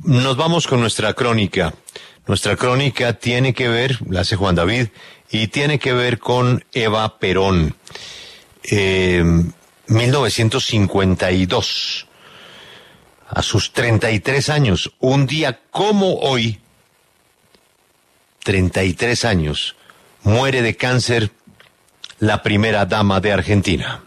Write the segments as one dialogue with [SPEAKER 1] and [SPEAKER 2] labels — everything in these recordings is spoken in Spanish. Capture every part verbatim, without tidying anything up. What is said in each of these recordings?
[SPEAKER 1] Nos vamos con nuestra crónica. Nuestra crónica tiene que ver, la hace Juan David, y tiene que ver con Eva Perón. Eh, mil novecientos cincuenta y dos, a sus treinta y tres años, un día como hoy, treinta y tres años, muere de cáncer la primera dama de Argentina.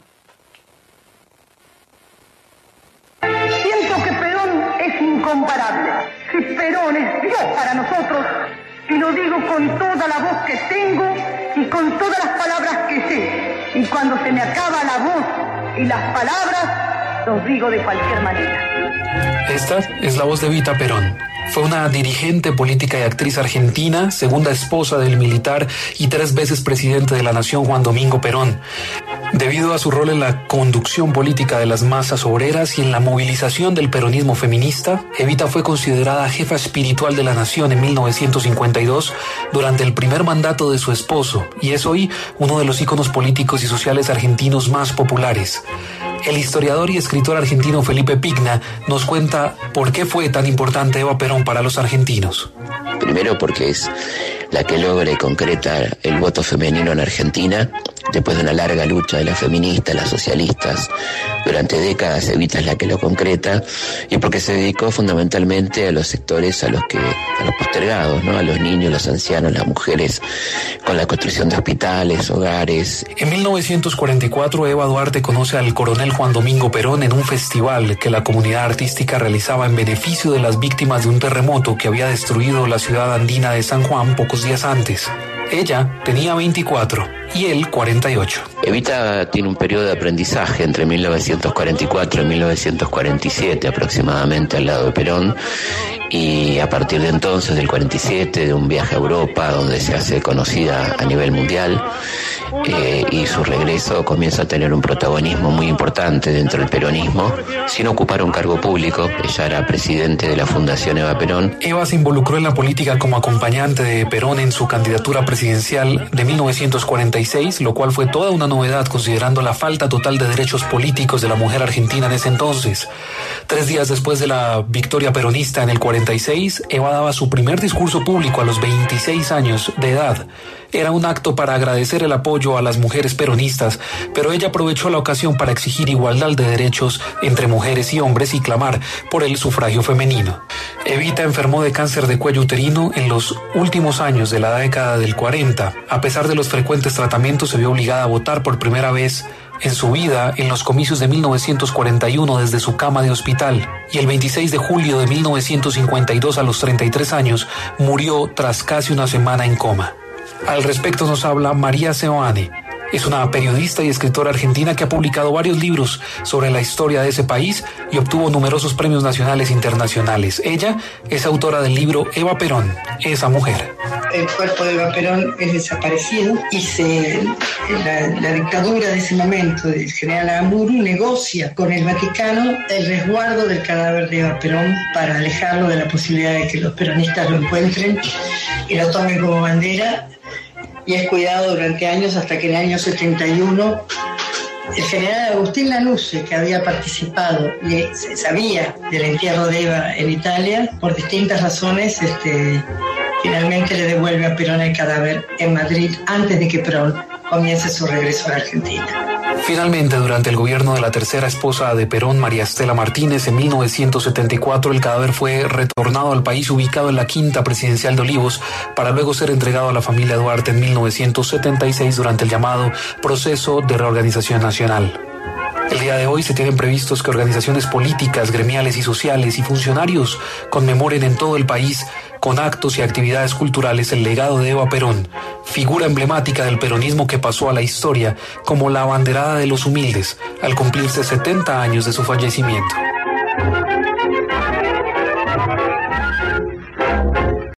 [SPEAKER 2] Siento que Perón es incomparable. Si Perón es Dios para nosotros, y lo digo con toda la voz que tengo y con todas las palabras que sé. Y cuando se me acaba la voz y las palabras, los digo de cualquier manera.
[SPEAKER 3] Esta es la voz de Evita Perón. Fue una dirigente política y actriz argentina, segunda esposa del militar y tres veces presidente de la nación Juan Domingo Perón. Debido a su rol en la conducción política de las masas obreras y en la movilización del peronismo feminista, Evita fue considerada jefa espiritual de la nación en mil novecientos cincuenta y dos durante el primer mandato de su esposo, y es hoy uno de los íconos políticos y sociales argentinos más populares. El historiador y escritor argentino Felipe Pigna nos cuenta por qué fue tan importante Eva Perón para los argentinos.
[SPEAKER 4] Primero porque es la que logra y concreta el voto femenino en Argentina, después de una larga lucha de las feministas, las socialistas. Durante décadas Evita es la que lo concreta, y porque se dedicó fundamentalmente a los sectores a los que a los postergados, ¿no? A los niños, los ancianos, las mujeres, con la construcción de hospitales, hogares.
[SPEAKER 3] En mil novecientos cuarenta y cuatro, Eva Duarte conoce al coronel Juan Domingo Perón en un festival que la comunidad artística realizaba en beneficio de las víctimas de un terremoto que había destruido la ciudad andina de San Juan pocos días antes. Ella tenía veinticuatro y él cuarenta y ocho.
[SPEAKER 4] Evita tiene un periodo de aprendizaje entre mil novecientos cuarenta y cuatro y mil novecientos cuarenta y siete aproximadamente al lado de Perón, y a partir de entonces, del cuarenta y siete, de un viaje a Europa donde se hace conocida a nivel mundial, eh, y su regreso comienza a tener un protagonismo muy importante dentro del peronismo, sin ocupar un cargo público. Ella era presidente de la Fundación Eva Perón.
[SPEAKER 3] Eva se involucró en la política como acompañante de Perón en su candidatura presidencial de mil novecientos cuarenta y seis, lo cual fue toda una novedad considerando la falta total de derechos políticos de la mujer argentina en ese entonces. Tres días después de la victoria peronista en el cuarenta y seis, Eva daba su primer discurso público a los veintiséis años de edad. Era un acto para agradecer el apoyo a las mujeres peronistas, pero ella aprovechó la ocasión para exigir igualdad de derechos entre mujeres y hombres y clamar por el sufragio femenino. Evita enfermó de cáncer de cuello uterino en los últimos años de la década del cuarenta. A pesar de los frecuentes tratamientos, se vio obligada a votar por primera vez en su vida en los comicios de mil novecientos cuarenta y uno desde su cama de hospital, y el veintiséis de julio de mil novecientos cincuenta y dos, a los treinta y tres años, murió tras casi una semana en coma. Al respecto nos habla María Seoane. Es una periodista y escritora argentina que ha publicado varios libros sobre la historia de ese país y obtuvo numerosos premios nacionales e internacionales. Ella es autora del libro Eva Perón, esa mujer.
[SPEAKER 5] El cuerpo de Eva Perón es desaparecido y se, la, la dictadura de ese momento del general Aramburu negocia con el Vaticano el resguardo del cadáver de Eva Perón para alejarlo de la posibilidad de que los peronistas lo encuentren y lo tomen como bandera, y es cuidado durante años hasta que en el año setenta y uno el general Agustín Lanusse, que había participado y se sabía del entierro de Eva en Italia, por distintas razones este, finalmente le devuelve a Perón el cadáver en Madrid antes de que Perón comience su regreso a la Argentina.
[SPEAKER 3] Finalmente, durante el gobierno de la tercera esposa de Perón, María Estela Martínez, en mil novecientos setenta y cuatro, el cadáver fue retornado al país, ubicado en la quinta presidencial de Olivos, para luego ser entregado a la familia Duarte en mil novecientos setenta y seis durante el llamado Proceso de Reorganización Nacional. El día de hoy se tienen previstos que organizaciones políticas, gremiales y sociales y funcionarios conmemoren en todo el país, con actos y actividades culturales, el legado de Eva Perón, figura emblemática del peronismo que pasó a la historia como la abanderada de los humildes al cumplirse setenta años de su fallecimiento.